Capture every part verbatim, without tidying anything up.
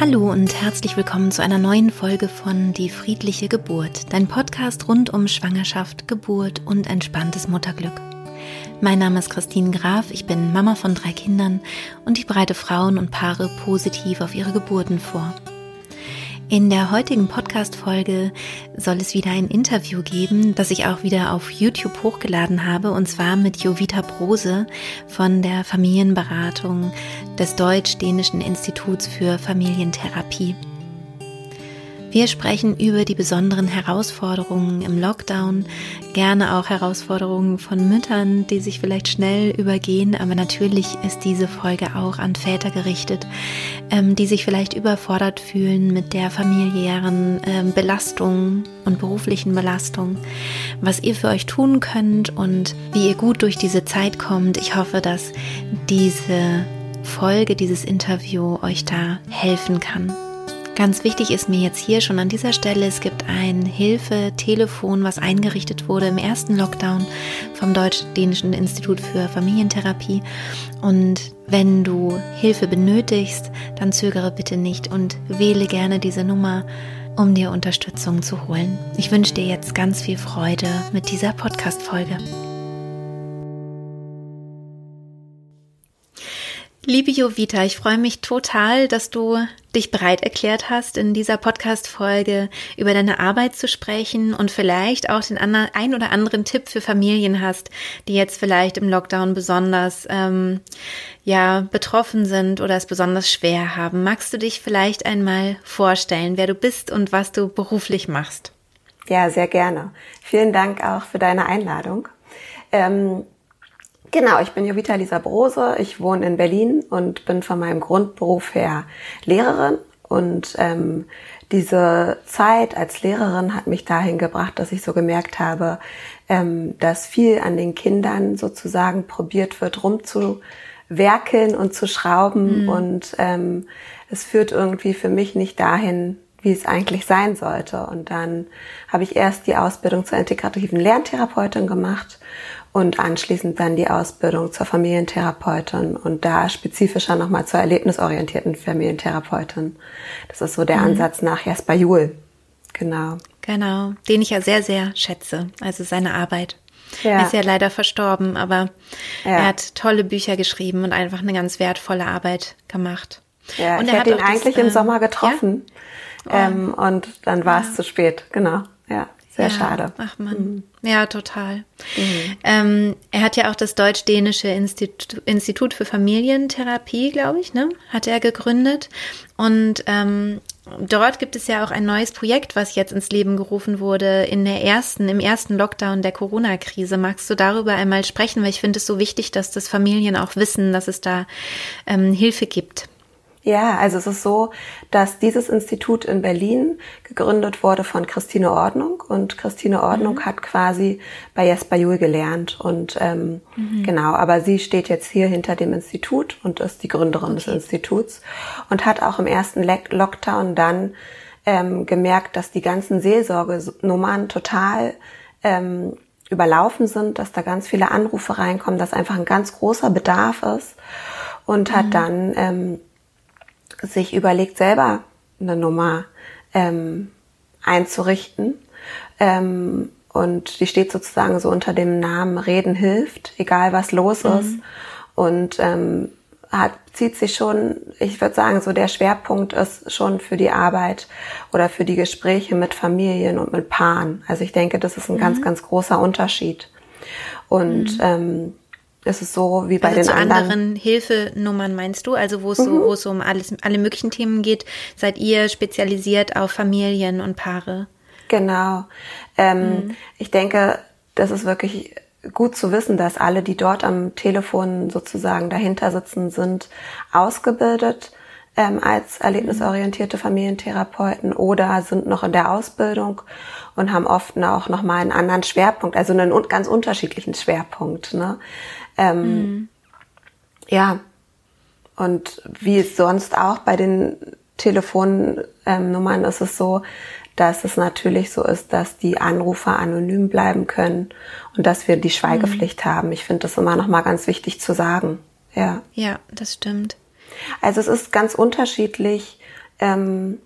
Hallo und herzlich willkommen zu einer neuen Folge von Die friedliche Geburt, dein Podcast rund um Schwangerschaft, Geburt und entspanntes Mutterglück. Mein Name ist Christine Graf, ich bin Mama von drei Kindern und ich bereite Frauen und Paare positiv auf ihre Geburten vor. In der heutigen Podcast-Folge soll es wieder ein Interview geben, das ich auch wieder auf YouTube hochgeladen habe, und zwar mit Jovita Brose von der Familienberatung des Deutsch-Dänischen Instituts für Familientherapie. Wir sprechen über die besonderen Herausforderungen im Lockdown, gerne auch Herausforderungen von Müttern, die sich vielleicht schnell übergehen, aber natürlich ist diese Folge auch an Väter gerichtet, ähm, die sich vielleicht überfordert fühlen mit der familiären ähm, Belastung und beruflichen Belastung, was ihr für euch tun könnt und wie ihr gut durch diese Zeit kommt. Ich hoffe, dass diese Folge, dieses Interview euch da helfen kann. Ganz wichtig ist mir jetzt hier schon an dieser Stelle, es gibt ein Hilfe-Telefon, was eingerichtet wurde im ersten Lockdown vom Deutsch-Dänischen Institut für Familientherapie. Und wenn du Hilfe benötigst, dann zögere bitte nicht und wähle gerne diese Nummer, um dir Unterstützung zu holen. Ich wünsche dir jetzt ganz viel Freude mit dieser Podcast-Folge. Liebe Jovita, ich freue mich total, dass du dich bereit erklärt hast, in dieser Podcast-Folge über deine Arbeit zu sprechen und vielleicht auch den ein oder anderen Tipp für Familien hast, die jetzt vielleicht im Lockdown besonders ähm, ja betroffen sind oder es besonders schwer haben. Magst du dich vielleicht einmal vorstellen, wer du bist und was du beruflich machst? Ja, sehr gerne. Vielen Dank auch für deine Einladung. Ähm, Genau, ich bin Jovita Lisa Brose, ich wohne in Berlin und bin von meinem Grundberuf her Lehrerin. Und ähm, diese Zeit als Lehrerin hat mich dahin gebracht, dass ich so gemerkt habe, ähm, dass viel an den Kindern sozusagen probiert wird, rumzuwerkeln und zu schrauben. Mhm. Und ähm, es führt irgendwie für mich nicht dahin, wie es eigentlich sein sollte. Und dann habe ich erst die Ausbildung zur integrativen Lerntherapeutin gemacht und anschließend dann die Ausbildung zur Familientherapeutin und da spezifischer nochmal zur erlebnisorientierten Familientherapeutin. Das ist so der mhm. Ansatz nach Jesper Juhl. Genau. Genau, den ich ja sehr, sehr schätze, also seine Arbeit. Ja. Er ist ja leider verstorben, aber ja. er hat tolle Bücher geschrieben und einfach eine ganz wertvolle Arbit gemacht. Ja, und ich er hätte hat ihn eigentlich das, im Sommer getroffen ja? oh. ähm, und dann war ja. es zu spät, genau, ja. Sehr ja, schade. Ach man, mhm. ja, total. Mhm. Ähm, er hat ja auch das Deutsch-Dänische Institut, Institut für Familientherapie, glaube ich, ne, hat er gegründet. Und ähm, dort gibt es ja auch ein neues Projekt, was jetzt ins Leben gerufen wurde in der ersten, im ersten Lockdown der Corona-Krise. Magst du darüber einmal sprechen? Weil ich finde es so wichtig, dass das Familien auch wissen, dass es da ähm, Hilfe gibt. Ja, also es ist so, dass dieses Institut in Berlin gegründet wurde von Christine Ordnung und Christine Ordnung mhm. hat quasi bei Jesper Juhl gelernt und ähm, mhm. genau, aber sie steht jetzt hier hinter dem Institut und ist die Gründerin okay. des Instituts und hat auch im ersten Lockdown dann ähm, gemerkt, dass die ganzen Seelsorgenummern total ähm, überlaufen sind, dass da ganz viele Anrufe reinkommen, dass einfach ein ganz großer Bedarf ist und mhm. hat dann ähm, sich überlegt, selber eine Nummer ähm, einzurichten. Ähm, und die steht sozusagen so unter dem Namen Reden hilft, egal was los mhm. ist. Und ähm, hat, zieht sich schon, ich würde sagen, so der Schwerpunkt ist schon für die Arbeit oder für die Gespräche mit Familien und mit Paaren. Also ich denke, das ist ein mhm. ganz, ganz großer Unterschied. Und mhm. ähm, es ist so wie bei also den zu anderen. anderen Hilfenummern meinst du? Also wo es mhm. so, wo es so um alles, alle möglichen Themen geht, seid ihr spezialisiert auf Familien und Paare? Genau. Ähm, mhm. Ich denke, das ist wirklich gut zu wissen, dass alle, die dort am Telefon sozusagen dahinter sitzen, sind ausgebildet ähm, als erlebnisorientierte Familientherapeuten oder sind noch in der Ausbildung und haben oft auch noch mal einen anderen Schwerpunkt, also einen ganz unterschiedlichen Schwerpunkt, ne? Ähm, mhm. Ja, und wie es sonst auch bei den Telefonnummern ist es so, dass es natürlich so ist, dass die Anrufer anonym bleiben können und dass wir die Schweigepflicht mhm. haben. Ich finde das immer noch mal ganz wichtig zu sagen. Ja, ja, das stimmt. Also es ist ganz unterschiedlich, ähm,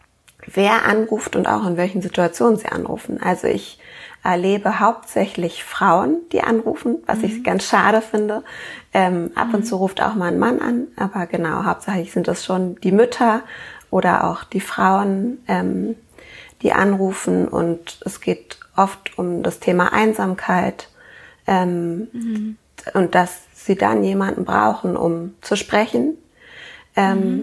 wer anruft und auch in welchen Situationen sie anrufen. Also ich erlebe hauptsächlich Frauen, die anrufen, was mhm. ich ganz schade finde. Ähm, ab mhm. und zu ruft auch mal ein Mann an, aber genau, hauptsächlich sind das schon die Mütter oder auch die Frauen, ähm, die anrufen, und es geht oft um das Thema Einsamkeit ähm, mhm. und dass sie dann jemanden brauchen, um zu sprechen. Ähm, mhm.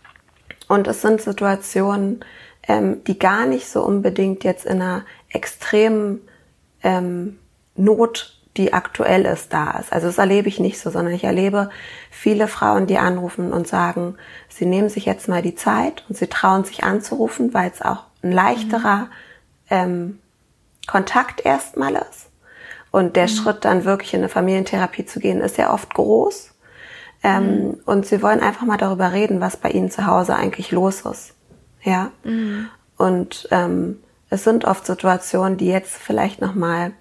Und es sind Situationen, ähm, die gar nicht so unbedingt jetzt in einer extremen ähm, Not, die aktuell ist, da ist. Also das erlebe ich nicht so, sondern ich erlebe viele Frauen, die anrufen und sagen, sie nehmen sich jetzt mal die Zeit und sie trauen sich anzurufen, weil es auch ein leichterer mhm. ähm, Kontakt erstmal ist. Und der mhm. Schritt dann wirklich in eine Familientherapie zu gehen, ist ja oft groß. Ähm, mhm. Und sie wollen einfach mal darüber reden, was bei ihnen zu Hause eigentlich los ist. Ja. Mhm. Und ähm, es sind oft Situationen, die jetzt vielleicht nochmal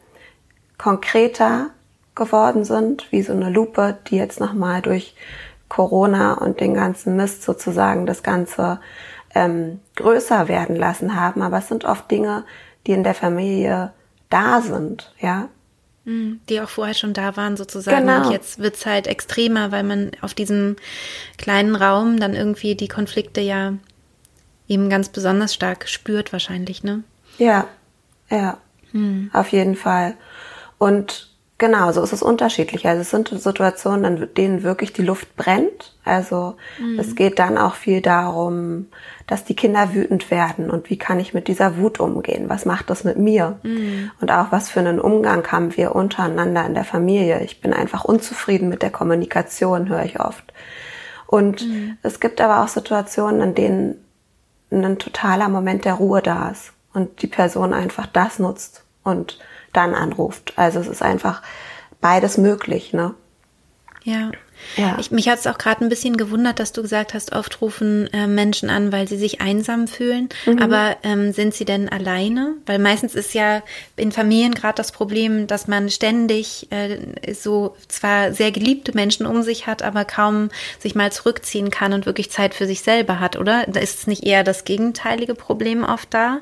konkreter geworden sind, wie so eine Lupe, die jetzt nochmal durch Corona und den ganzen Mist sozusagen das Ganze ähm, größer werden lassen haben. Aber es sind oft Dinge, die in der Familie da sind, ja. Die auch vorher schon da waren sozusagen. Genau. Und jetzt wird's halt extremer, weil man auf diesem kleinen Raum dann irgendwie die Konflikte ja eben ganz besonders stark spürt wahrscheinlich, ne? Ja, ja, hm. auf jeden Fall. Und genau, so ist es unterschiedlich. Also es sind Situationen, in denen wirklich die Luft brennt. Also mhm. es geht dann auch viel darum, dass die Kinder wütend werden und wie kann ich mit dieser Wut umgehen? Was macht das mit mir? Mhm. Und auch was für einen Umgang haben wir untereinander in der Familie? Ich bin einfach unzufrieden mit der Kommunikation, höre ich oft. Und mhm. es gibt aber auch Situationen, in denen ein totaler Moment der Ruhe da ist und die Person einfach das nutzt und dann anruft. Also es ist einfach beides möglich, ne? Ja. ja. Ich, mich hat es auch gerade ein bisschen gewundert, dass du gesagt hast, oft rufen äh, Menschen an, weil sie sich einsam fühlen. Mhm. Aber ähm, sind sie denn alleine? Weil meistens ist ja in Familien gerade das Problem, dass man ständig äh, so zwar sehr geliebte Menschen um sich hat, aber kaum sich mal zurückziehen kann und wirklich Zeit für sich selber hat, oder? Da ist es nicht eher das gegenteilige Problem oft da?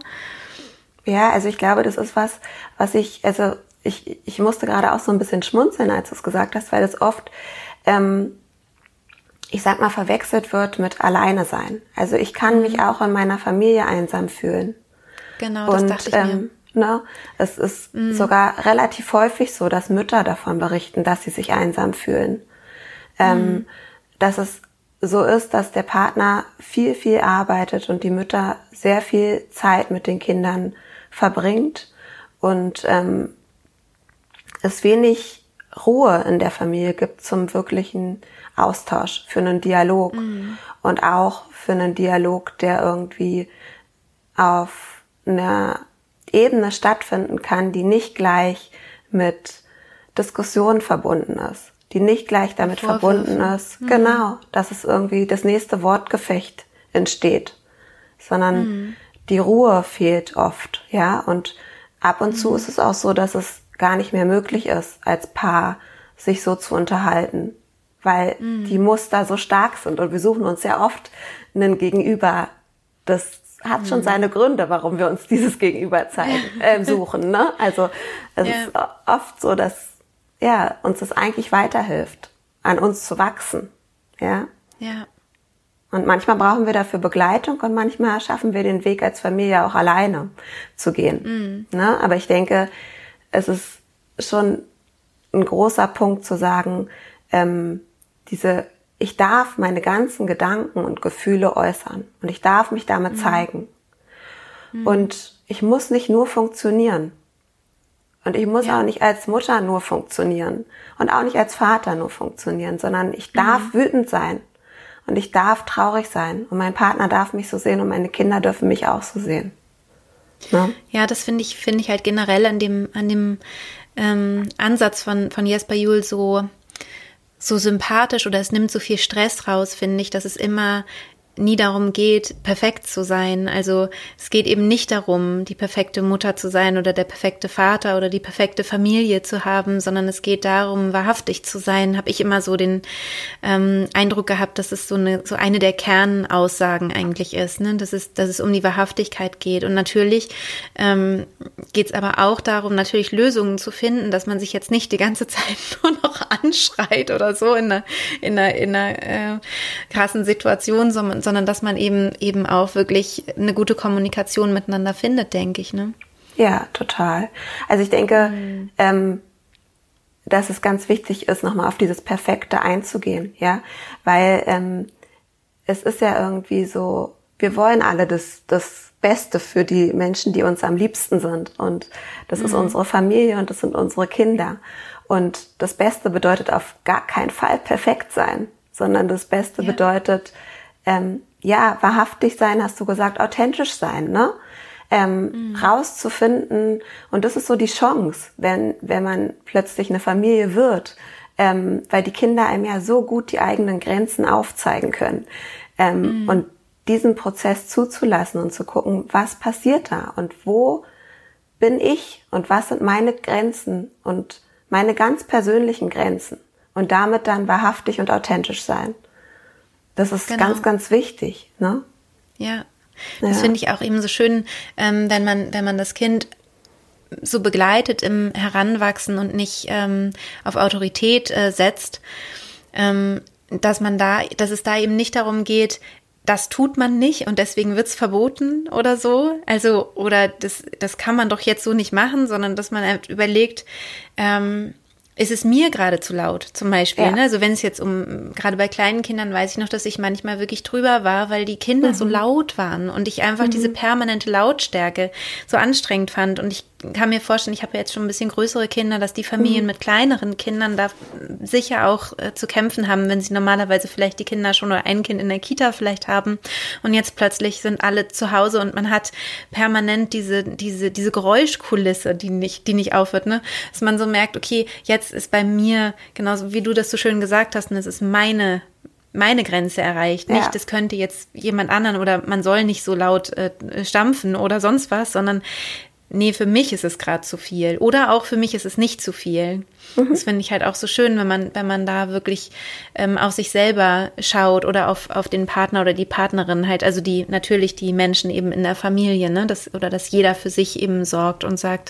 Ja, also ich glaube, das ist was, was ich, also ich, ich musste gerade auch so ein bisschen schmunzeln, als du es gesagt hast, weil das oft, ähm, ich sag mal, verwechselt wird mit Alleine sein. Also ich kann mhm. mich auch in meiner Familie einsam fühlen. Genau, das Und, dachte ich ähm, mir. Ne, es ist mhm. sogar relativ häufig so, dass Mütter davon berichten, dass sie sich einsam fühlen. Ähm, mhm. Dass es so ist, dass der Partner viel, viel arbeitet und die Mütter sehr viel Zeit mit den Kindern verbringt und ähm, es wenig Ruhe in der Familie gibt zum wirklichen Austausch, für einen Dialog mhm. und auch für einen Dialog, der irgendwie auf einer Ebene stattfinden kann, die nicht gleich mit Diskussionen verbunden ist, die nicht gleich damit Vorwürfen. verbunden ist, mhm. genau, dass es irgendwie das nächste Wortgefecht entsteht, sondern mhm. die Ruhe fehlt oft, ja, und ab und mhm. zu ist es auch so, dass es gar nicht mehr möglich ist, als Paar sich so zu unterhalten, weil mhm. die Muster so stark sind und wir suchen uns ja oft einen Gegenüber. Das hat mhm. schon seine Gründe, warum wir uns dieses Gegenüber zeigen, äh, suchen, ne? Also es ja. ist oft so, dass ja uns das eigentlich weiterhilft, an uns zu wachsen, ja. Ja. Und manchmal brauchen wir dafür Begleitung und manchmal schaffen wir den Weg als Familie auch alleine zu gehen. Mm. Ne? Aber ich denke, es ist schon ein großer Punkt zu sagen, ähm, diese, ich darf meine ganzen Gedanken und Gefühle äußern und ich darf mich damit mm. zeigen. Mm. Und ich muss nicht nur funktionieren. Und ich muss ja. auch nicht als Mutter nur funktionieren und auch nicht als Vater nur funktionieren, sondern ich darf mm. wütend sein. Und ich darf traurig sein. Und mein Partner darf mich so sehen und meine Kinder dürfen mich auch so sehen. Ne? Ja, das finde ich, finde ich halt generell an dem, an dem ähm, Ansatz von, von Jesper Juhl so, so sympathisch, oder es nimmt so viel Stress raus, finde ich, dass es immer nie darum geht, perfekt zu sein. Also es geht eben nicht darum, die perfekte Mutter zu sein oder der perfekte Vater oder die perfekte Familie zu haben, sondern es geht darum, wahrhaftig zu sein. Habe ich immer so den ähm, Eindruck gehabt, dass es so eine so eine der Kernaussagen eigentlich ist, ne? Dass es, dass es um die Wahrhaftigkeit geht. Und natürlich ähm, geht es aber auch darum, natürlich Lösungen zu finden, dass man sich jetzt nicht die ganze Zeit nur noch anschreit oder so in einer, in einer, in einer äh, krassen Situation, sondern, sondern dass man eben eben auch wirklich eine gute Kommunikation miteinander findet, denke ich, ne? Ja, total. Also ich denke, mhm. ähm, dass es ganz wichtig ist, nochmal auf dieses Perfekte einzugehen, ja, weil ähm, es ist ja irgendwie so, wir wollen alle das, das Beste für die Menschen, die uns am liebsten sind, und das mhm. ist unsere Familie und das sind unsere Kinder, und das Beste bedeutet auf gar keinen Fall perfekt sein, sondern das Beste ja. bedeutet, ähm, ja, wahrhaftig sein, hast du gesagt, authentisch sein, ne? Ähm, mhm. rauszufinden, und das ist so die Chance, wenn wenn man plötzlich eine Familie wird, ähm, weil die Kinder einem ja so gut die eigenen Grenzen aufzeigen können, ähm, mhm. und diesen Prozess zuzulassen und zu gucken, was passiert da und wo bin ich und was sind meine Grenzen und meine ganz persönlichen Grenzen, und damit dann wahrhaftig und authentisch sein. Das ist genau. ganz, ganz wichtig, ne? Ja. Das ja. finde ich auch eben so schön, ähm, wenn man, wenn man das Kind so begleitet im Heranwachsen und nicht ähm, auf Autorität äh, setzt, ähm, dass man da, dass es da eben nicht darum geht, das tut man nicht und deswegen wird's verboten oder so. Also, oder das, das kann man doch jetzt so nicht machen, sondern dass man halt überlegt, ähm, ist es mir gerade zu laut, zum Beispiel, ja. ne? Also wenn es jetzt um, gerade bei kleinen Kindern weiß ich noch, dass ich manchmal wirklich drüber war, weil die Kinder mhm. so laut waren und ich einfach mhm. diese permanente Lautstärke so anstrengend fand. Und ich kann mir vorstellen, ich habe ja jetzt schon ein bisschen größere Kinder, dass die Familien mhm. mit kleineren Kindern da sicher auch äh, zu kämpfen haben, wenn sie normalerweise vielleicht die Kinder schon oder ein Kind in der Kita vielleicht haben und jetzt plötzlich sind alle zu Hause und man hat permanent diese diese diese Geräuschkulisse, die nicht die nicht aufhört, ne? Dass man so merkt, okay, jetzt ist bei mir, genauso wie du das so schön gesagt hast, und es ist meine meine Grenze erreicht. Nicht, ja. das könnte jetzt jemand anderen oder man soll nicht so laut äh, stampfen oder sonst was, sondern nee, für mich ist es gerade zu viel. Oder auch für mich ist es nicht zu viel. Mhm. Das finde ich halt auch so schön, wenn man, wenn man da wirklich ähm, auf sich selber schaut oder auf, auf den Partner oder die Partnerin halt, also die, natürlich die Menschen eben in der Familie, ne, das, oder dass jeder für sich eben sorgt und sagt,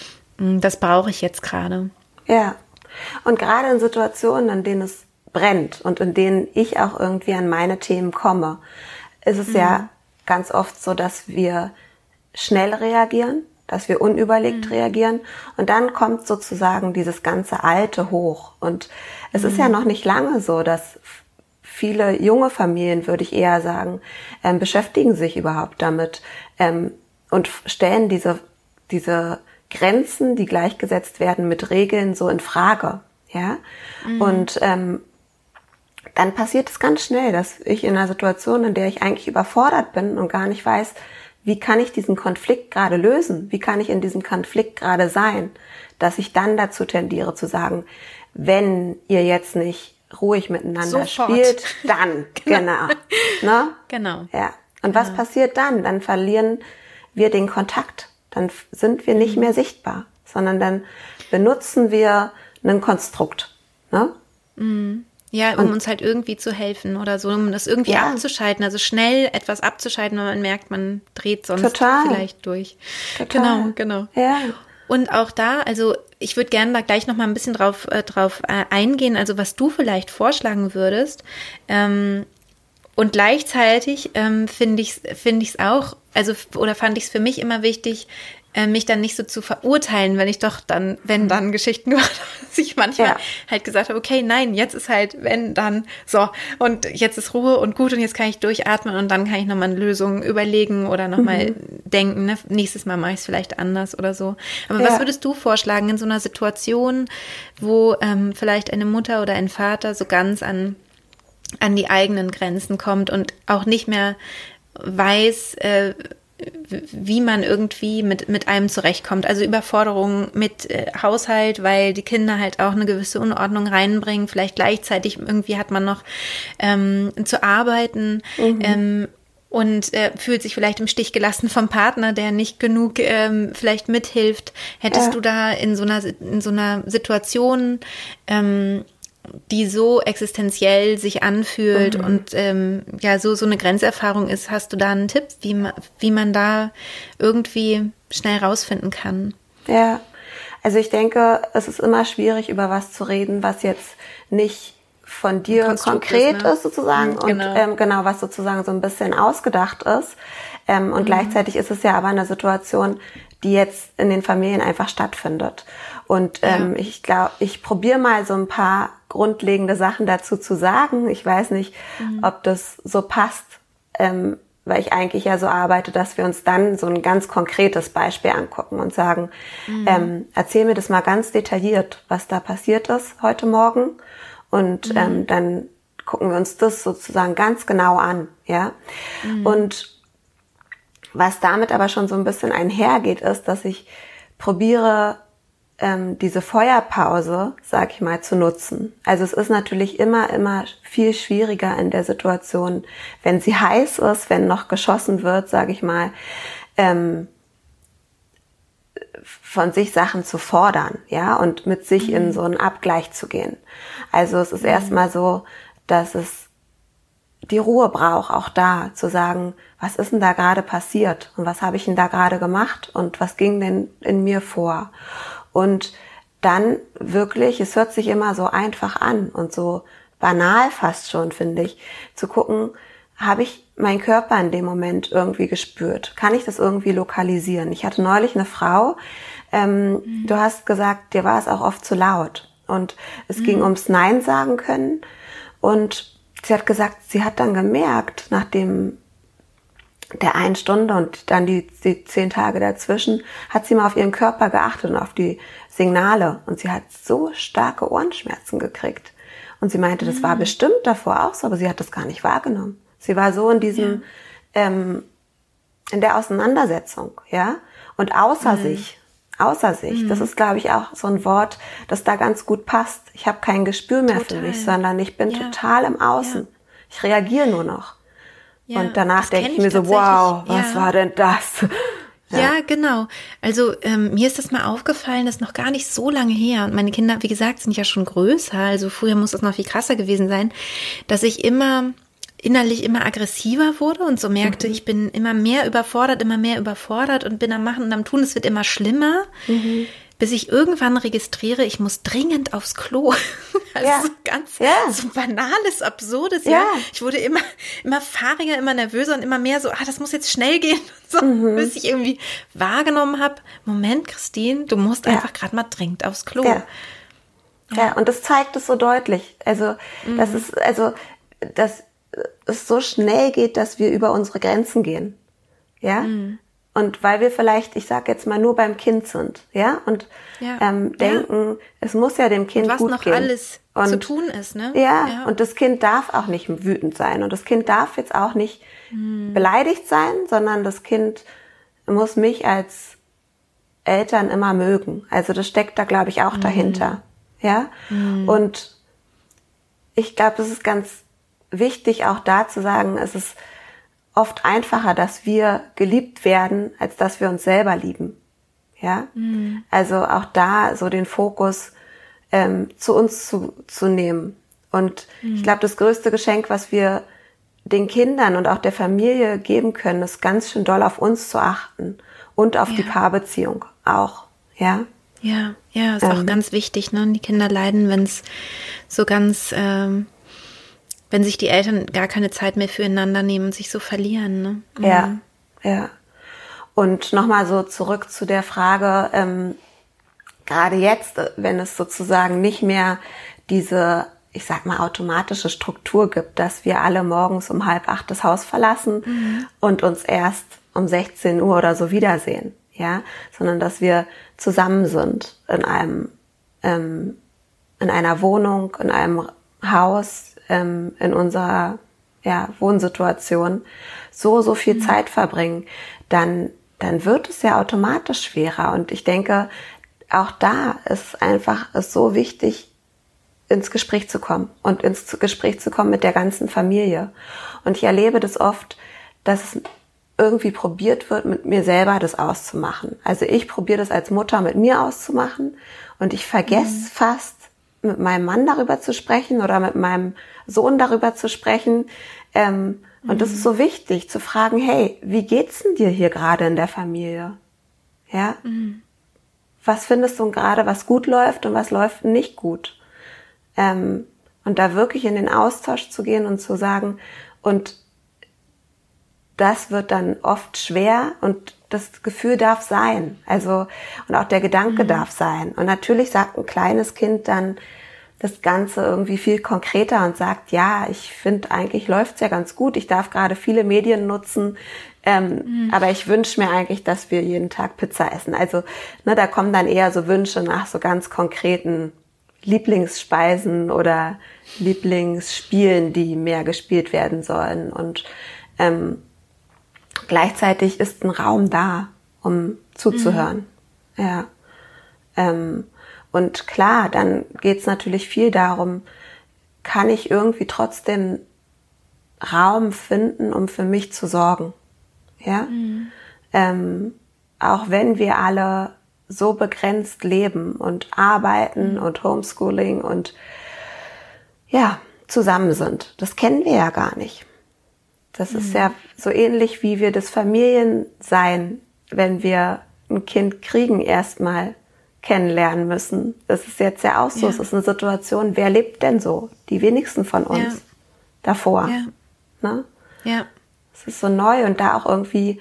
das brauche ich jetzt gerade. Ja. Und gerade in Situationen, in denen es brennt und in denen ich auch irgendwie an meine Themen komme, ist es mhm. ja ganz oft so, dass wir schnell reagieren, dass wir unüberlegt mhm. reagieren, und dann kommt sozusagen dieses ganze Alte hoch. Und es mhm. ist ja noch nicht lange so, dass viele junge Familien, würde ich eher sagen, ähm, beschäftigen sich überhaupt damit ähm, und stellen diese diese Grenzen, die gleichgesetzt werden mit Regeln, so in Frage. Ja, mhm. und ähm, dann passiert es ganz schnell, dass ich in einer Situation, in der ich eigentlich überfordert bin und gar nicht weiß, wie kann ich diesen Konflikt gerade lösen? Wie kann ich in diesem Konflikt gerade sein? Dass ich dann dazu tendiere zu sagen, wenn ihr jetzt nicht ruhig miteinander Sofort. spielt, dann, genau. genau. Ne? Genau. Ja. Und was genau. passiert dann? Dann verlieren wir den Kontakt. Dann sind wir nicht mhm. mehr sichtbar, sondern dann benutzen wir ein Konstrukt. Ne? Mhm. Ja, um und, uns halt irgendwie zu helfen oder so, um das irgendwie ja. abzuschalten, also schnell etwas abzuschalten, wenn man merkt, man dreht sonst Total. vielleicht durch. Total. Genau, genau. Ja. Und auch da, also ich würde gerne da gleich noch mal ein bisschen drauf, äh, drauf äh, eingehen, also was du vielleicht vorschlagen würdest. Ähm, und gleichzeitig ähm, finde ich es finde ich es auch, also oder fand ich es für mich immer wichtig, mich dann nicht so zu verurteilen, wenn ich doch dann, wenn dann Geschichten gemacht habe, dass ich manchmal ja. halt gesagt habe, okay, nein, jetzt ist halt, wenn dann, so, und jetzt ist Ruhe und gut und jetzt kann ich durchatmen und dann kann ich nochmal eine Lösung überlegen oder nochmal mhm. denken, ne? Nächstes Mal mache ich es vielleicht anders oder so. Aber ja. was würdest du vorschlagen in so einer Situation, wo ähm, vielleicht eine Mutter oder ein Vater so ganz an, an die eigenen Grenzen kommt und auch nicht mehr weiß, äh, wie man irgendwie mit, mit allem zurechtkommt. Also Überforderung mit äh, Haushalt, weil die Kinder halt auch eine gewisse Unordnung reinbringen. Vielleicht gleichzeitig irgendwie hat man noch ähm, zu arbeiten mhm. ähm, und äh, fühlt sich vielleicht im Stich gelassen vom Partner, der nicht genug ähm, vielleicht mithilft. Hättest ja. du da in so einer, in so einer Situation ähm, die so existenziell sich anfühlt mhm. und ähm, ja so so eine Grenzerfahrung ist, hast du da einen Tipp, wie man wie man da irgendwie schnell rausfinden kann? Ja, also ich denke, es ist immer schwierig, über was zu reden, was jetzt nicht von dir konkret ist, ne? ist sozusagen mhm, genau. und ähm, genau, was sozusagen so ein bisschen ausgedacht ist. Ähm, und mhm. gleichzeitig ist es ja aber eine Situation, die jetzt in den Familien einfach stattfindet. Und ähm, ja. ich glaube, ich probiere mal so ein paar grundlegende Sachen dazu zu sagen. Ich weiß nicht, mhm. ob das so passt, ähm, weil ich eigentlich ja so arbeite, dass wir uns dann so ein ganz konkretes Beispiel angucken und sagen, mhm. ähm, erzähl mir das mal ganz detailliert, was da passiert ist heute Morgen. Und mhm. ähm, dann gucken wir uns das sozusagen ganz genau an, ja. Mhm. Und was damit aber schon so ein bisschen einhergeht, ist, dass ich probiere, ähm, diese Feuerpause, sag ich mal, zu nutzen. Also es ist natürlich immer, immer viel schwieriger in der Situation, wenn sie heiß ist, wenn noch geschossen wird, sag ich mal, ähm, von sich Sachen zu fordern, ja, und mit sich mhm. in so einen Abgleich zu gehen. Also es ist mhm. erstmal so, dass es die Ruhe braucht, auch da zu sagen, was ist denn da gerade passiert und was habe ich denn da gerade gemacht und was ging denn in mir vor? Und dann wirklich, es hört sich immer so einfach an und so banal fast schon, finde ich, zu gucken, habe ich meinen Körper in dem Moment irgendwie gespürt? Kann ich das irgendwie lokalisieren? Ich hatte neulich eine Frau, ähm, mhm. du hast gesagt, dir war es auch oft zu laut. Und es mhm. ging ums Nein sagen können. Und sie hat gesagt, sie hat dann gemerkt, nachdem der einen Stunde und dann die, die zehn Tage dazwischen, hat sie mal auf ihren Körper geachtet und auf die Signale. Und sie hat so starke Ohrenschmerzen gekriegt. Und sie meinte, das war mhm. bestimmt davor auch so, aber sie hat das gar nicht wahrgenommen. Sie war so in diesem, ja. ähm, in der Auseinandersetzung, ja, und außer mhm. sich, außer sich. Mhm. Das ist, glaube ich, auch so ein Wort, das da ganz gut passt. Ich habe kein Gespür mehr total. für mich, sondern ich bin ja. total im Außen. Ja. Ich reagiere nur noch. Ja, und danach denke ich mir so, wow, was ja. war denn das? Ja. ja, genau. Also ähm, mir ist das mal aufgefallen, das ist noch gar nicht so lange her. Und meine Kinder, wie gesagt, sind ja schon größer. Also früher muss das noch viel krasser gewesen sein, dass ich immer innerlich immer aggressiver wurde und so merkte, mhm. ich bin immer mehr überfordert, immer mehr überfordert und bin am Machen und am Tun. Es wird immer schlimmer, mhm. bis ich irgendwann registriere, ich muss dringend aufs Klo. Also ja. so ganz ja. so banales, absurdes. Ja. ja. Ich wurde immer immer fahriger, immer nervöser und immer mehr so, ah, das muss jetzt schnell gehen. So, mhm. bis ich irgendwie wahrgenommen habe, Moment, Christine, du musst ja. einfach gerade mal dringend aufs Klo. Ja. Ja. ja, und das zeigt es so deutlich. Also, mhm. das ist, also, dass es so schnell geht, dass wir über unsere Grenzen gehen. Ja. Mhm. Und weil wir vielleicht, ich sag jetzt mal, nur beim Kind sind, ja, und ja. Ähm, denken, ja. es muss ja dem Kind gut gehen. Was noch alles und, zu tun ist, ne? Ja, ja, und das Kind darf auch nicht wütend sein und das Kind darf jetzt auch nicht hm. beleidigt sein, sondern das Kind muss mich als Eltern immer mögen. Also das steckt da, glaube ich, auch hm. dahinter, ja. Hm. Und ich glaube, das ist ganz wichtig, auch da zu sagen, es ist oft einfacher, dass wir geliebt werden, als dass wir uns selber lieben. Ja, mhm. also auch da so den Fokus ähm, zu uns zu, zu nehmen. Und mhm. ich glaube, das größte Geschenk, was wir den Kindern und auch der Familie geben können, ist ganz schön doll auf uns zu achten und auf ja. die Paarbeziehung auch. Ja, ja, ja, ist ähm, auch ganz wichtig. Ne? Die Kinder leiden, wenn es so ganz ähm wenn sich die Eltern gar keine Zeit mehr füreinander nehmen und sich so verlieren. Ne? Mhm. Ja, ja. Und nochmal so zurück zu der Frage, ähm, gerade jetzt, wenn es sozusagen nicht mehr diese, ich sag mal, automatische Struktur gibt, dass wir alle morgens um halb acht das Haus verlassen mhm. und uns erst um sechzehn Uhr oder so wiedersehen, ja, sondern dass wir zusammen sind in einem, ähm, in einer Wohnung, in einem Haus, in unserer ja, Wohnsituation so, so viel mhm. Zeit verbringen, dann, dann wird es ja automatisch schwerer. Und ich denke, auch da ist einfach ist so wichtig, ins Gespräch zu kommen und ins Gespräch zu kommen mit der ganzen Familie. Und ich erlebe das oft, dass es irgendwie probiert wird, mit mir selber das auszumachen. Also ich probiere das als Mutter mit mir auszumachen und ich vergesse mhm. fast, mit meinem Mann darüber zu sprechen oder mit meinem Sohn darüber zu sprechen. Ähm, mhm. Und das ist so wichtig, zu fragen, hey, wie geht's denn dir hier gerade in der Familie? Ja? Mhm. Was findest du gerade, was gut läuft und was läuft nicht gut? Ähm, und da wirklich in den Austausch zu gehen und zu sagen, und das wird dann oft schwer und das Gefühl darf sein. Also, und auch der Gedanke mhm. darf sein. Und natürlich sagt ein kleines Kind dann das Ganze irgendwie viel konkreter und sagt, ja, ich finde eigentlich läuft's ja ganz gut. Ich darf gerade viele Medien nutzen. Ähm, mhm. Aber ich wünsche mir eigentlich, dass wir jeden Tag Pizza essen. Also, ne, da kommen dann eher so Wünsche nach so ganz konkreten Lieblingsspeisen oder Lieblingsspielen, die mehr gespielt werden sollen. Und, ähm, gleichzeitig ist ein Raum da, um zuzuhören. Mhm. Ja. Ähm, und klar, dann geht's natürlich viel darum, kann ich irgendwie trotzdem Raum finden, um für mich zu sorgen. Ja. Mhm. Ähm, auch wenn wir alle so begrenzt leben und arbeiten mhm. und Homeschooling und ja, zusammen sind. Das kennen wir ja gar nicht. Das ist ja so ähnlich, wie wir das Familiensein, wenn wir ein Kind kriegen, erstmal kennenlernen müssen. Das ist jetzt ja auch so. Ja. Es ist eine Situation, wer lebt denn so? Die wenigsten von uns ja. davor. Ja. Ne? Ja. Es ist so neu und da auch irgendwie,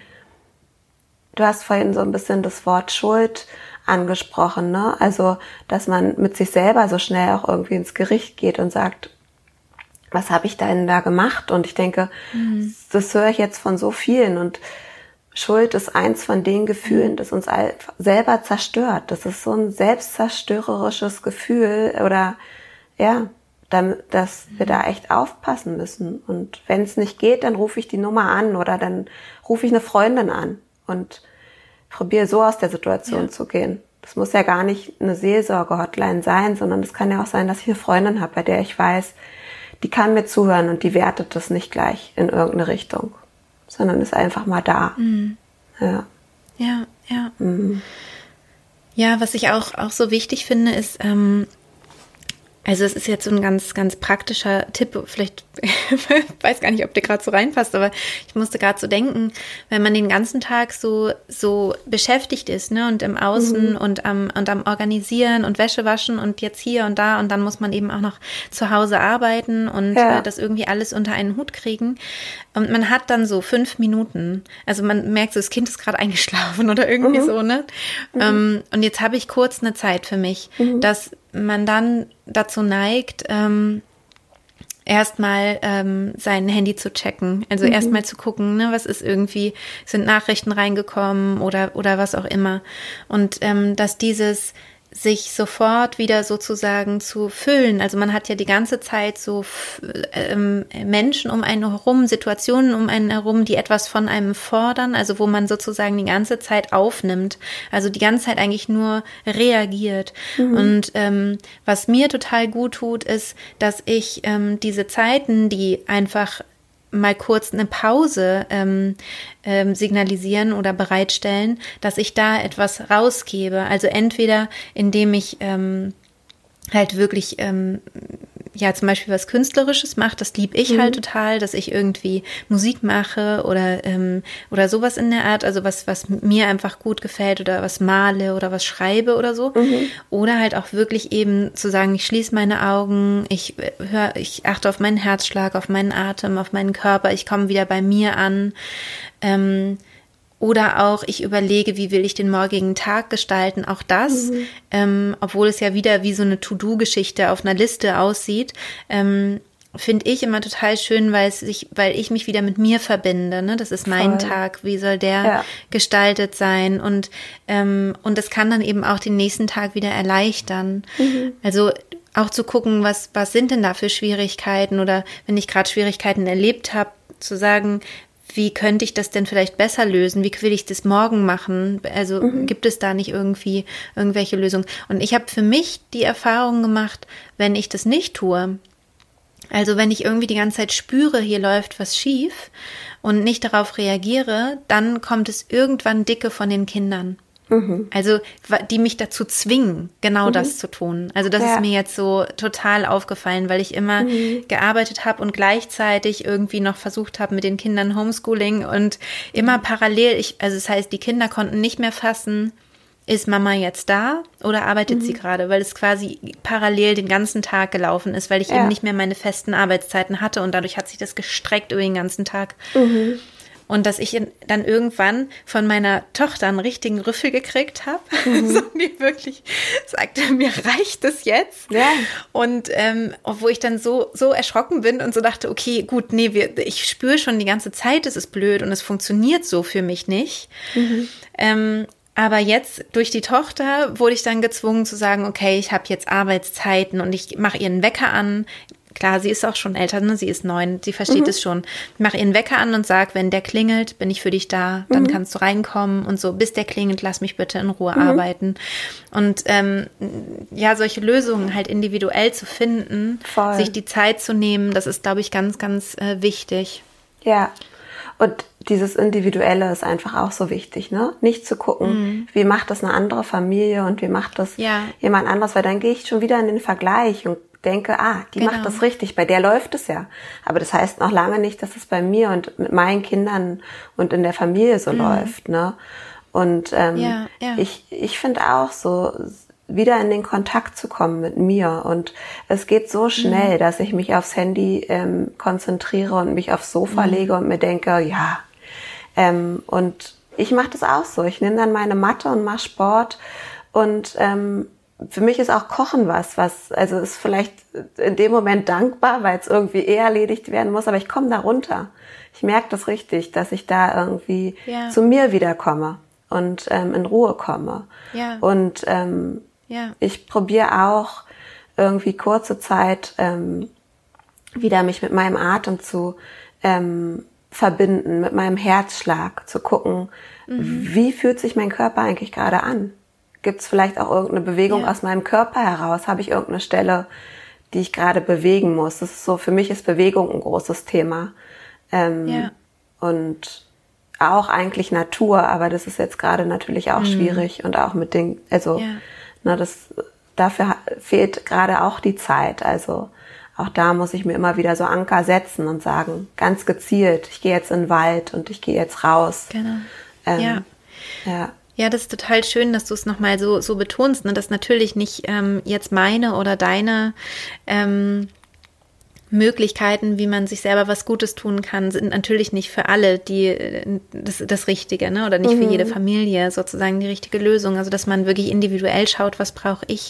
du hast vorhin so ein bisschen das Wort Schuld angesprochen, ne? Also, dass man mit sich selber so schnell auch irgendwie ins Gericht geht und sagt, was habe ich denn da gemacht? Und ich denke, mhm. das höre ich jetzt von so vielen. Und Schuld ist eins von den Gefühlen, das uns selber zerstört. Das ist so ein selbstzerstörerisches Gefühl oder ja, dass wir da echt aufpassen müssen. Und wenn es nicht geht, dann rufe ich die Nummer an oder dann rufe ich eine Freundin an und probiere so aus der Situation ja. zu gehen. Das muss ja gar nicht eine Seelsorge-Hotline sein, sondern es kann ja auch sein, dass ich eine Freundin habe, bei der ich weiß, die kann mir zuhören und die wertet das nicht gleich in irgendeine Richtung, sondern ist einfach mal da. Mhm. Ja. Ja, ja. Mhm. Ja, was ich auch, auch so wichtig finde, ist, ähm, also es ist jetzt so ein ganz, ganz praktischer Tipp, vielleicht, ich weiß gar nicht, ob der gerade so reinpasst, aber ich musste gerade so denken, wenn man den ganzen Tag so, so beschäftigt ist, ne, und im Außen mhm. und am, und am Organisieren und Wäsche waschen und jetzt hier und da und dann muss man eben auch noch zu Hause arbeiten und ja. äh, das irgendwie alles unter einen Hut kriegen. Und man hat dann so fünf Minuten, also man merkt so, das Kind ist gerade eingeschlafen oder irgendwie mhm. so, ne? Mhm. Ähm, und jetzt habe ich kurz eine Zeit für mich, mhm. dass man dann dazu neigt, ähm, erstmal ähm, sein Handy zu checken. Also mhm. erstmal zu gucken, ne, was ist irgendwie, sind Nachrichten reingekommen oder oder was auch immer. Und ähm, dass dieses sich sofort wieder sozusagen zu füllen. Also man hat ja die ganze Zeit so ähm, Menschen um einen herum, Situationen um einen herum, die etwas von einem fordern, also wo man sozusagen die ganze Zeit aufnimmt, also die ganze Zeit eigentlich nur reagiert. Mhm. Und ähm, was mir total gut tut, ist, dass ich ähm, diese Zeiten, die einfach mal kurz eine Pause ähm, ähm, signalisieren oder bereitstellen, dass ich da etwas rausgebe. Also entweder indem ich ähm, halt wirklich ähm, ja zum Beispiel was Künstlerisches mache, das lieb ich mhm. halt total, dass ich irgendwie Musik mache oder ähm, oder sowas in der Art, also was was mir einfach gut gefällt oder was male oder was schreibe oder so. Mhm. Oder halt auch wirklich eben zu sagen, ich schließe meine Augen, ich höre, ich achte auf meinen Herzschlag, auf meinen Atem, auf meinen Körper, ich komme wieder bei mir an. Ähm, Oder auch, ich überlege, wie will ich den morgigen Tag gestalten. Auch das, mhm. ähm, obwohl es ja wieder wie so eine To-Do-Geschichte auf einer Liste aussieht, ähm, finde ich immer total schön, weil es sich, weil ich mich wieder mit mir verbinde. Ne? Das ist mein Voll. Tag. Wie soll der ja. gestaltet sein? Und ähm, und das kann dann eben auch den nächsten Tag wieder erleichtern. Mhm. Also auch zu gucken, was, was sind denn da für Schwierigkeiten oder wenn ich gerade Schwierigkeiten erlebt habe, zu sagen, wie könnte ich das denn vielleicht besser lösen? Wie will ich das morgen machen? Also mhm. gibt es da nicht irgendwie irgendwelche Lösungen? Und ich habe für mich die Erfahrung gemacht, wenn ich das nicht tue, also wenn ich irgendwie die ganze Zeit spüre, hier läuft was schief und nicht darauf reagiere, dann kommt es irgendwann dicke von den Kindern. Mhm. Also die mich dazu zwingen, genau mhm. das zu tun. Also das ja. ist mir jetzt so total aufgefallen, weil ich immer mhm. gearbeitet habe und gleichzeitig irgendwie noch versucht habe mit den Kindern Homeschooling und immer parallel, ich, also das heißt, die Kinder konnten nicht mehr fassen, ist Mama jetzt da oder arbeitet mhm. sie gerade, weil es quasi parallel den ganzen Tag gelaufen ist, weil ich ja. eben nicht mehr meine festen Arbeitszeiten hatte und dadurch hat sich das gestreckt über den ganzen Tag. Mhm. Und dass ich dann irgendwann von meiner Tochter einen richtigen Rüffel gekriegt habe, mhm. so die wirklich sagte, mir reicht es jetzt. Ja. Und ähm, wo ich dann so so erschrocken bin und so dachte, okay, gut, nee, wir, ich spüre schon die ganze Zeit, es ist blöd und es funktioniert so für mich nicht. Mhm. Ähm, aber jetzt durch die Tochter wurde ich dann gezwungen zu sagen, okay, ich habe jetzt Arbeitszeiten und ich mache ihren Wecker an. Klar, sie ist auch schon älter, ne? Sie ist neun, sie versteht mhm. es schon. Ich mache ihren Wecker an und sage, wenn der klingelt, bin ich für dich da, dann mhm. kannst du reinkommen und so, bis der klingelt, lass mich bitte in Ruhe mhm. arbeiten. Und ähm, ja, solche Lösungen halt individuell zu finden, Voll. sich die Zeit zu nehmen, das ist, glaube ich, ganz, ganz äh, wichtig. Ja, und dieses Individuelle ist einfach auch so wichtig, ne? Nicht zu gucken, mhm. wie macht das eine andere Familie und wie macht das ja. jemand anderes, weil dann gehe ich schon wieder in den Vergleich und denke, ah, die genau. macht das richtig, bei der läuft es ja. Aber das heißt noch lange nicht, dass es bei mir und mit meinen Kindern und in der Familie so mhm. läuft, ne? Und ähm, ja, ja. ich ich finde auch so, wieder in den Kontakt zu kommen mit mir. Und es geht so schnell, mhm. dass ich mich aufs Handy ähm, konzentriere und mich aufs Sofa mhm. lege und mir denke, ja. Ähm, und ich mache das auch so. Ich nehme dann meine Matte und mache Sport und ähm, für mich ist auch Kochen was, was, also ist vielleicht in dem Moment dankbar, weil es irgendwie eher erledigt werden muss, aber ich komme da runter. Ich merke das richtig, dass ich da irgendwie ja. zu mir wiederkomme und ähm, in Ruhe komme. Ja. Und ähm, ja. ich probiere auch irgendwie kurze Zeit ähm, wieder mich mit meinem Atem zu ähm, verbinden, mit meinem Herzschlag, zu gucken, mhm. wie fühlt sich mein Körper eigentlich gerade an? Gibt es vielleicht auch irgendeine Bewegung ja. aus meinem Körper heraus? Habe ich irgendeine Stelle, die ich gerade bewegen muss? Das ist so, für mich ist Bewegung ein großes Thema. Ähm, ja. Und auch eigentlich Natur, aber das ist jetzt gerade natürlich auch mhm. schwierig und auch mit den, also, ja. ne, das, dafür fehlt gerade auch die Zeit. Also, auch da muss ich mir immer wieder so Anker setzen und sagen, ganz gezielt, ich gehe jetzt in den Wald und ich gehe jetzt raus. Genau. Ähm, ja. Ja. Ja, das ist total schön, dass du es nochmal so, so betonst, ne? Dass natürlich nicht ähm, jetzt meine oder deine ähm, Möglichkeiten, wie man sich selber was Gutes tun kann, sind natürlich nicht für alle die das, das Richtige, ne? Oder nicht mhm. für jede Familie sozusagen die richtige Lösung. Also dass man wirklich individuell schaut, was brauche ich,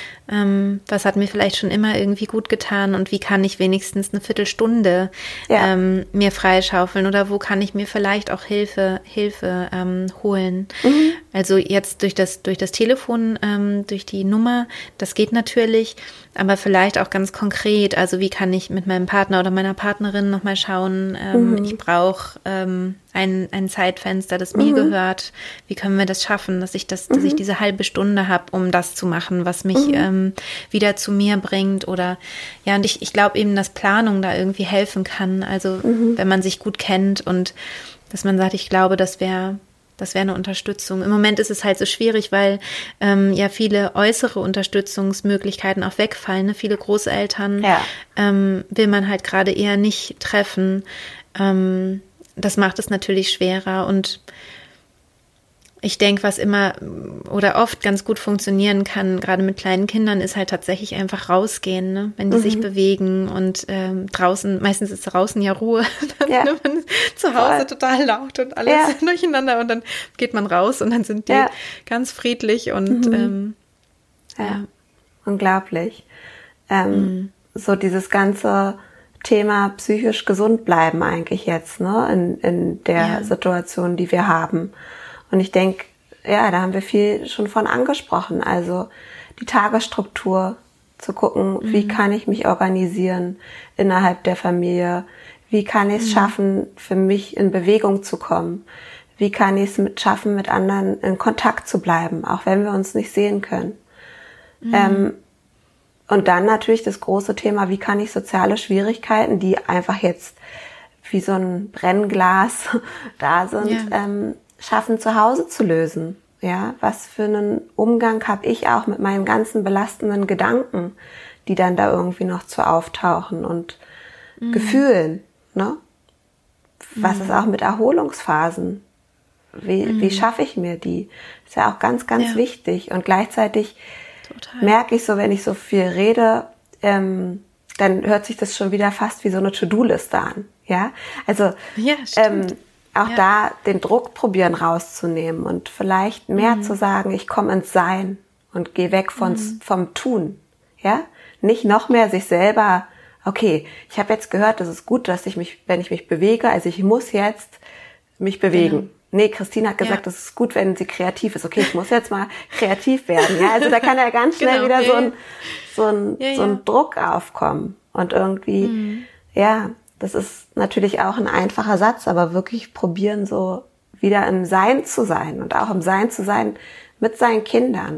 ähm, was hat mir vielleicht schon immer irgendwie gut getan und wie kann ich wenigstens eine Viertelstunde ja. ähm, mir freischaufeln oder wo kann ich mir vielleicht auch Hilfe Hilfe ähm, holen. Mhm. Also jetzt durch das durch das Telefon, ähm, durch die Nummer, das geht natürlich, aber vielleicht auch ganz konkret, also wie kann ich mit meinem Partner oder meiner Partnerin nochmal schauen, ähm, mhm. ich brauche ähm, ein, ein Zeitfenster, das mir mhm. gehört, wie können wir das schaffen, dass ich das, dass mhm. ich diese halbe Stunde habe, um das zu machen, was mich mhm. ähm, wieder zu mir bringt oder, ja, und ich, ich glaube eben, dass Planung da irgendwie helfen kann, also mhm. wenn man sich gut kennt und dass man sagt, ich glaube, das wäre Das wäre eine Unterstützung. Im Moment ist es halt so schwierig, weil ähm, ja viele äußere Unterstützungsmöglichkeiten auch wegfallen. Ne? Viele Großeltern ja. ähm, will man halt gerade eher nicht treffen. Ähm, das macht es natürlich schwerer. Und ich denke, was immer oder oft ganz gut funktionieren kann, gerade mit kleinen Kindern, ist halt tatsächlich einfach rausgehen, ne? Wenn die mhm. sich bewegen und ähm, draußen, meistens ist draußen ja Ruhe, dann ja. ist man zu Hause Voll. total laut und alles ja. durcheinander und dann geht man raus und dann sind die ja. ganz friedlich und mhm. ähm, ja. ja. Unglaublich. Ähm, mhm. So dieses ganze Thema psychisch gesund bleiben eigentlich jetzt, ne? In, in der ja. Situation, die wir haben. Und ich denke, ja, da haben wir viel schon von angesprochen. Also die Tagesstruktur Zu gucken, mhm. wie kann ich mich organisieren innerhalb der Familie? Wie kann ich es mhm. schaffen, für mich in Bewegung zu kommen? Wie kann ich es mit schaffen, mit anderen in Kontakt zu bleiben, auch wenn wir uns nicht sehen können? Mhm. Ähm, und dann natürlich das große Thema, wie kann ich soziale Schwierigkeiten, die einfach jetzt wie so ein Brennglas da sind, ja. ähm, schaffen, zu Hause zu lösen. Ja, was für einen Umgang habe ich auch mit meinen ganzen belastenden Gedanken, die dann da irgendwie noch zu auftauchen und mhm. Gefühlen, ne? Was mhm. ist auch mit Erholungsphasen? Wie, mhm. wie schaffe ich mir die? Ist ja auch ganz, ganz ja. wichtig. Und gleichzeitig Total. merke ich so, wenn ich so viel rede, ähm, dann hört sich das schon wieder fast wie so eine To-Do-Liste an. Ja, also ja, ähm, auch ja. da den Druck probieren rauszunehmen und vielleicht mehr mhm. zu sagen, ich komme ins Sein und gehe weg von, mhm. vom Tun. Ja, nicht noch mehr sich selber, okay, ich habe jetzt gehört, das ist gut, dass ich mich, wenn ich mich bewege, also ich muss jetzt mich bewegen. Genau. Nee, Christine hat gesagt, ja. das ist gut, wenn sie kreativ ist. Okay, ich muss jetzt mal kreativ werden. Ja, also da kann ja ganz schnell genau. wieder ja, so ein, so ein, ja, so ein ja. Druck aufkommen und irgendwie, mhm. ja, das ist natürlich auch ein einfacher Satz, aber wirklich probieren, so wieder im Sein zu sein und auch im Sein zu sein mit seinen Kindern.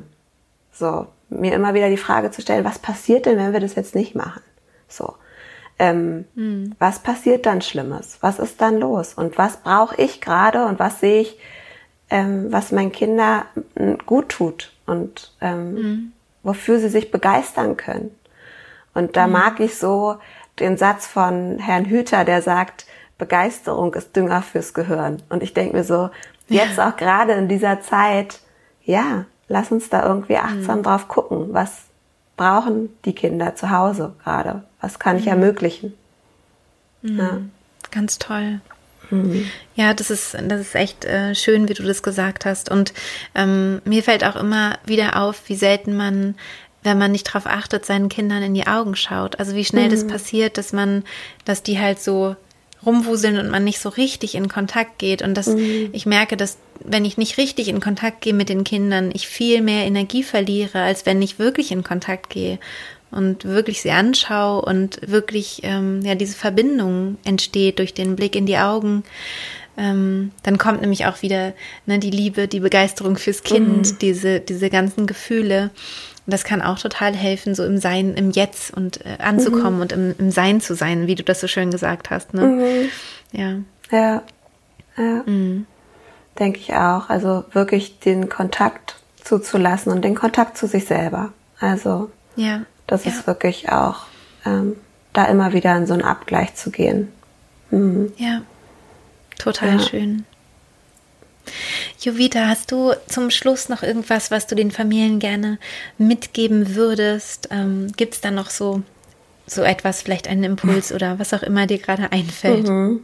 So, mir immer wieder die Frage zu stellen, was passiert denn, wenn wir das jetzt nicht machen? So, ähm, hm. was passiert dann Schlimmes? Was ist dann los? Und was brauche ich gerade und was sehe ich, ähm, was meinen Kindern gut tut und ähm, hm. wofür sie sich begeistern können? Und da hm. mag ich so den Satz von Herrn Hüther, der sagt, Begeisterung ist Dünger fürs Gehirn. Und ich denke mir so, jetzt ja. auch gerade in dieser Zeit, ja, lass uns da irgendwie achtsam mhm. drauf gucken. Was brauchen die Kinder zu Hause gerade? Was kann ich mhm. ermöglichen? Mhm. Ja. Ganz toll. Mhm. Ja, das ist, das ist echt äh, schön, wie du das gesagt hast. Und ähm, mir fällt auch immer wieder auf, wie selten man, wenn man nicht darauf achtet, seinen Kindern in die Augen schaut. Also wie schnell mhm. das passiert, dass man, dass die halt so rumwuseln und man nicht so richtig in Kontakt geht. Und das, mhm. ich merke, dass wenn ich nicht richtig in Kontakt gehe mit den Kindern, ich viel mehr Energie verliere, als wenn ich wirklich in Kontakt gehe und wirklich sie anschaue und wirklich ähm, ja diese Verbindung entsteht durch den Blick in die Augen. Ähm, dann kommt nämlich auch wieder ne, die Liebe, die Begeisterung fürs Kind, mhm. diese diese ganzen Gefühle. Und das kann auch total helfen, so im Sein, im Jetzt und äh, anzukommen mhm. und im, im Sein zu sein, wie du das so schön gesagt hast. Ne? Mhm. Ja. Ja. Ja. Mhm. Denke ich auch. Also wirklich den Kontakt zuzulassen und den Kontakt zu sich selber. Also ja. das ja. ist wirklich auch, ähm, da immer wieder in so einen Abgleich zu gehen. Mhm. Ja, total ja. schön. Jovita, hast du zum Schluss noch irgendwas, was du den Familien gerne mitgeben würdest? Ähm, gibt es da noch so, so etwas, vielleicht einen Impuls oder was auch immer dir gerade einfällt? Mhm.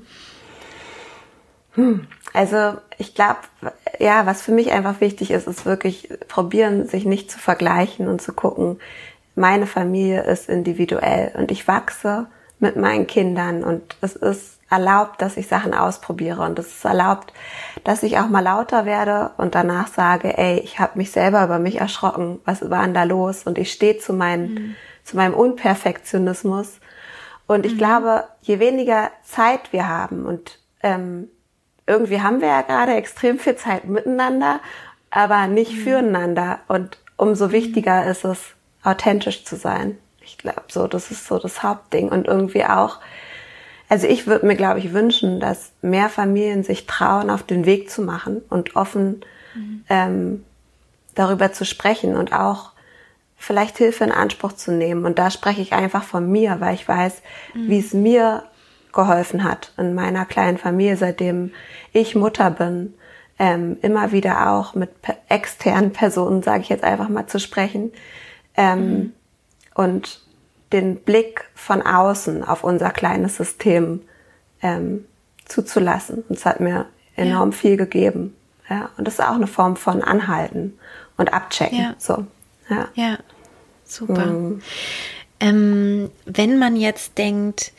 Hm. Also ich glaube, ja, was für mich einfach wichtig ist, ist wirklich probieren, sich nicht zu vergleichen und zu gucken, meine Familie ist individuell und ich wachse mit meinen Kindern und es ist erlaubt, dass ich Sachen ausprobiere und es ist erlaubt, dass ich auch mal lauter werde und danach sage, ey, ich habe mich selber über mich erschrocken, was war denn da los? Und ich stehe zu, meinen, mhm. zu meinem Unperfektionismus und ich mhm. glaube, je weniger Zeit wir haben und ähm, irgendwie haben wir ja gerade extrem viel Zeit miteinander, aber nicht mhm. füreinander und umso wichtiger ist es, authentisch zu sein. Ich glaube, so, das ist so das Hauptding und irgendwie auch, also ich würde mir, glaube ich, wünschen, dass mehr Familien sich trauen, auf den Weg zu machen und offen mhm. ähm, darüber zu sprechen und auch vielleicht Hilfe in Anspruch zu nehmen. Und da spreche ich einfach von mir, weil ich weiß, mhm. wie es mir geholfen hat in meiner kleinen Familie, seitdem ich Mutter bin, ähm, immer wieder auch mit pe- externen Personen, sage ich jetzt einfach mal, zu sprechen ähm, mhm. und den Blick von außen auf unser kleines System ähm, zuzulassen. Und es hat mir enorm ja. viel gegeben. Ja, und das ist auch eine Form von Anhalten und Abchecken. Ja, so, ja. ja. Super. Mhm. Ähm, wenn man jetzt denkt,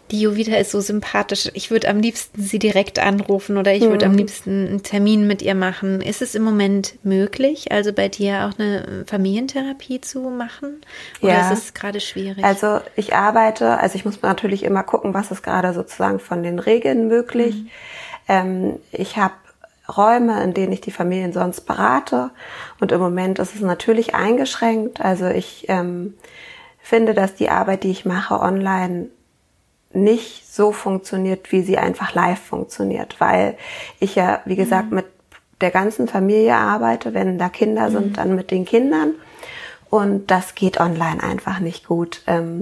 Die Jovita ist so sympathisch. Ich würde am liebsten sie direkt anrufen oder ich würde mhm. am liebsten einen Termin mit ihr machen. Ist es im Moment möglich, also bei dir auch eine Familientherapie zu machen? Oder ja. ist es gerade schwierig? Also ich arbeite, also ich muss natürlich immer gucken, was ist gerade sozusagen von den Regeln möglich. Mhm. Ähm, ich habe Räume, in denen ich die Familien sonst berate und im Moment ist es natürlich eingeschränkt. Also ich ähm, finde, dass die Arbeit, die ich mache online, nicht so funktioniert, wie sie einfach live funktioniert, weil ich ja, wie gesagt, mhm. mit der ganzen Familie arbeite. Wenn da Kinder mhm. sind, dann mit den Kindern und das geht online einfach nicht gut.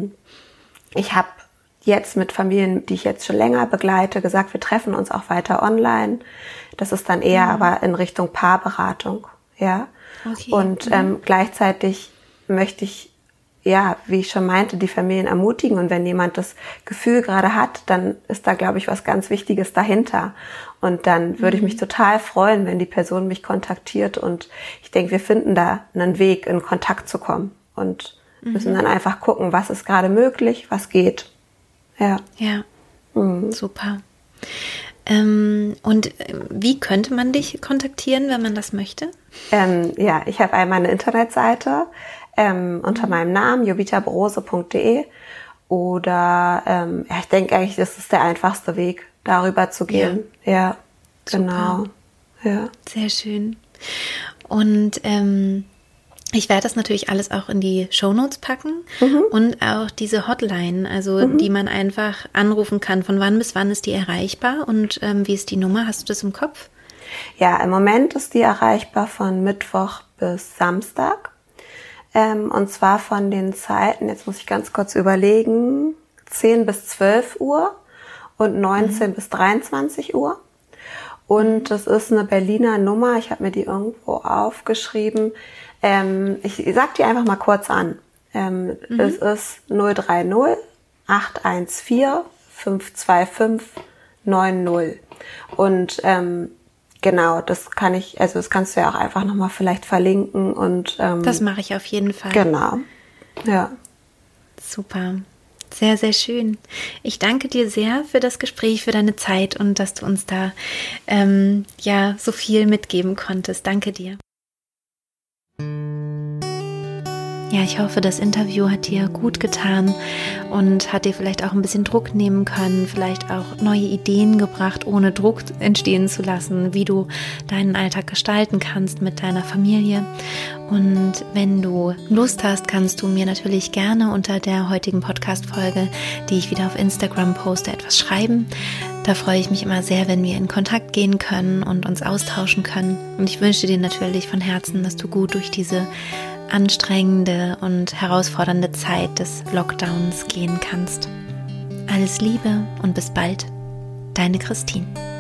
Ich habe jetzt mit Familien, die ich jetzt schon länger begleite, gesagt, wir treffen uns auch weiter online. Das ist dann eher mhm. aber in Richtung Paarberatung, ja. Okay. Und mhm. ähm, gleichzeitig möchte ich, ja, wie ich schon meinte, die Familien ermutigen. Und wenn jemand das Gefühl gerade hat, dann ist da, glaube ich, was ganz Wichtiges dahinter. Und dann würde mhm. ich mich total freuen, wenn die Person mich kontaktiert. Und ich denke, wir finden da einen Weg, in Kontakt zu kommen. Und mhm. müssen dann einfach gucken, was ist gerade möglich, was geht. Ja. Ja, mhm. super. Ähm, und wie könnte man dich kontaktieren, wenn man das möchte? Ähm, ja, ich habe einmal eine Internetseite, Ähm, unter meinem Namen jovita brose punkt de oder ähm, ja, ich denke eigentlich, das ist der einfachste Weg, darüber zu gehen. Ja, ja genau. Ja. Sehr schön. Und ähm, ich werde das natürlich alles auch in die Shownotes packen mhm. und auch diese Hotline, also mhm. die man einfach anrufen kann. Von wann bis wann ist die erreichbar und ähm, wie ist die Nummer? Hast du das im Kopf? Ja, im Moment ist die erreichbar von Mittwoch bis Samstag. Ähm, und zwar von den Zeiten, jetzt muss ich ganz kurz überlegen, zehn bis zwölf Uhr und neunzehn mhm. bis dreiundzwanzig Uhr. Und das ist eine Berliner Nummer, ich habe mir die irgendwo aufgeschrieben. Ähm, ich sag die einfach mal kurz an. Ähm, mhm. Es ist null drei null acht eins vier fünf zwei fünf neun null. Und ähm, genau, das kann ich, also das kannst du ja auch einfach nochmal vielleicht verlinken und ähm, das mache ich auf jeden Fall. Genau, ja. Super, sehr, sehr schön. Ich danke dir sehr für das Gespräch, für deine Zeit und dass du uns da ähm, ja so viel mitgeben konntest. Danke dir. Ja, ich hoffe, das Interview hat dir gut getan und hat dir vielleicht auch ein bisschen Druck nehmen können, vielleicht auch neue Ideen gebracht, ohne Druck entstehen zu lassen, wie du deinen Alltag gestalten kannst mit deiner Familie. Und wenn du Lust hast, kannst du mir natürlich gerne unter der heutigen Podcast-Folge, die ich wieder auf Instagram poste, etwas schreiben. Da freue ich mich immer sehr, wenn wir in Kontakt gehen können und uns austauschen können. Und ich wünsche dir natürlich von Herzen, dass du gut durch diese anstrengende und herausfordernde Zeit des Lockdowns gehen kannst. Alles Liebe und bis bald, deine Christine.